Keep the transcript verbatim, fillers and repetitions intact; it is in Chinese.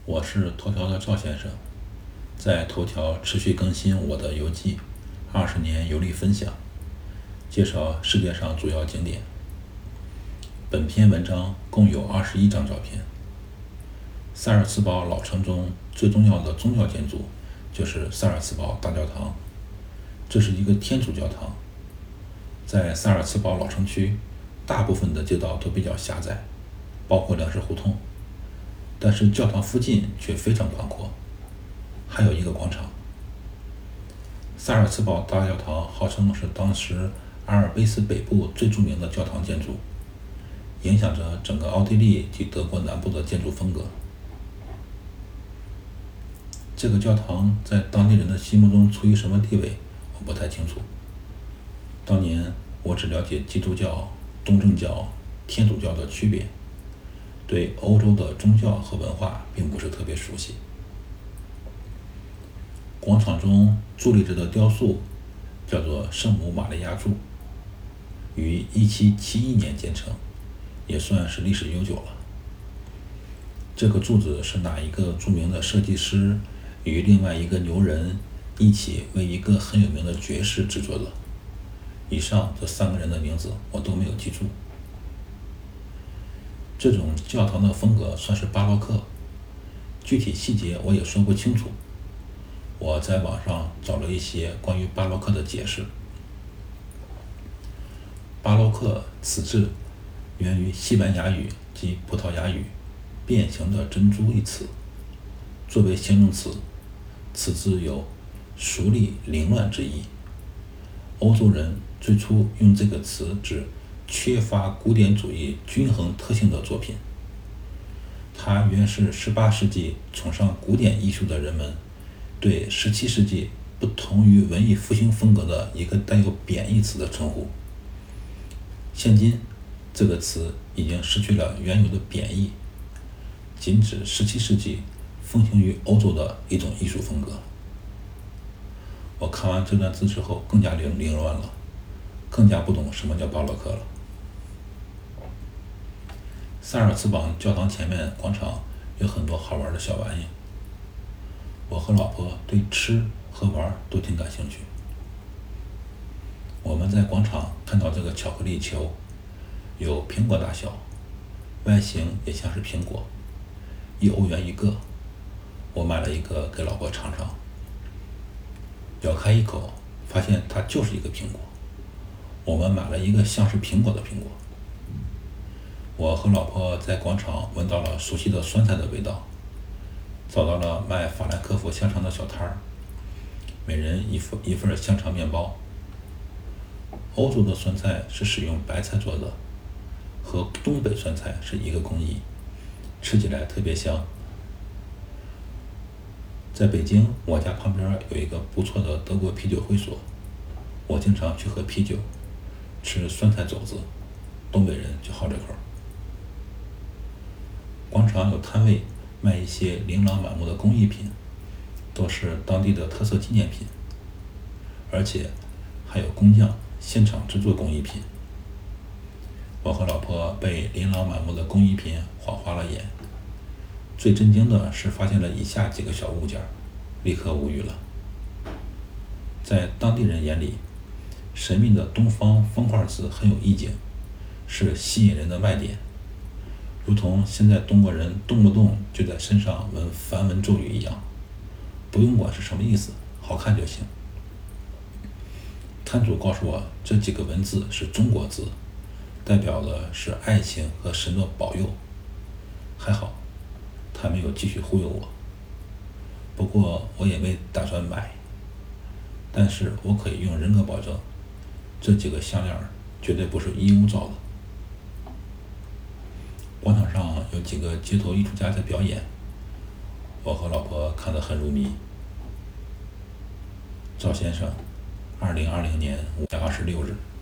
我是头条的赵先生，在头条持续更新我的游记，二十年游历分享，介绍世界上主要景点。本篇文章共有二十一张照片。萨尔茨堡老城中最重要的宗教建筑就是萨尔茨堡大教堂，这是一个天主教堂。在萨尔茨堡老城区，大部分的街道都比较狭窄，包括粮食胡同，但是教堂附近却非常宽阔，还有一个广场。萨尔茨堡大教堂号称是当时阿尔卑斯北部最著名的教堂建筑，影响着整个奥地利及德国南部的建筑风格。这个教堂在当地人的心目中处于什么地位，我不太清楚。当年我只了解基督教、东正教、天主教的区别，对欧洲的宗教和文化并不是特别熟悉。广场中伫立着的雕塑叫做圣母玛利亚柱，于一七七一年建成，也算是历史悠久了。这个柱子是哪一个著名的设计师与另外一个牛人一起为一个很有名的爵士制作的。以上这三个人的名字我都没有记住。这种教堂的风格算是巴洛克，具体细节我也说不清楚。我在网上找了一些关于巴洛克的解释。巴洛克此字源于西班牙语及葡萄牙语变形的珍珠一词，作为形容词，此字有疏离凌乱之意。欧洲人最初用这个词指缺乏古典主义均衡特性的作品。它原是十八世纪崇尚古典艺术的人们对十七世纪不同于文艺复兴风格的一个带有贬义词的称呼。现今这个词已经失去了原有的贬义，仅指十七世纪风行于欧洲的一种艺术风格。我看完这段字之后更加凌凌乱了，更加不懂什么叫巴洛克了。萨尔茨堡教堂前面广场有很多好玩的小玩意，我和老婆对吃和玩都挺感兴趣。我们在广场看到这个巧克力球，有苹果大小，外形也像是苹果，一欧元一个。我买了一个给老婆尝尝，咬开一口，发现它就是一个苹果。我们买了一个像是苹果的苹果。我和老婆在广场闻到了熟悉的酸菜的味道，找到了卖法兰克福香肠的小摊儿，每人一份一份香肠面包。欧洲的酸菜是使用白菜做的，和东北酸菜是一个工艺，吃起来特别香。在北京，我家旁边有一个不错的德国啤酒会所，我经常去喝啤酒，吃酸菜肘子，东北人就好这口。广场有摊位卖一些琳琅满目的工艺品，都是当地的特色纪念品，而且还有工匠现场制作工艺品。我和老婆被琳琅满目的工艺品晃花了眼，最震惊的是发现了以下几个小物件，立刻无语了。在当地人眼里，神秘的东方方块字很有意境，是吸引人的卖点，如同现在中国人动不动就在身上纹梵文咒语一样，不用管是什么意思，好看就行。摊主告诉我，这几个文字是中国字，代表的是爱情和神的保佑。还好他没有继续忽悠我，不过我也没打算买，但是我可以用人格保证，这几个项链绝对不是义乌造的。广场上有几个街头艺术家在表演，我和老婆看得很入迷。赵先生，二零二零年五月二十六日。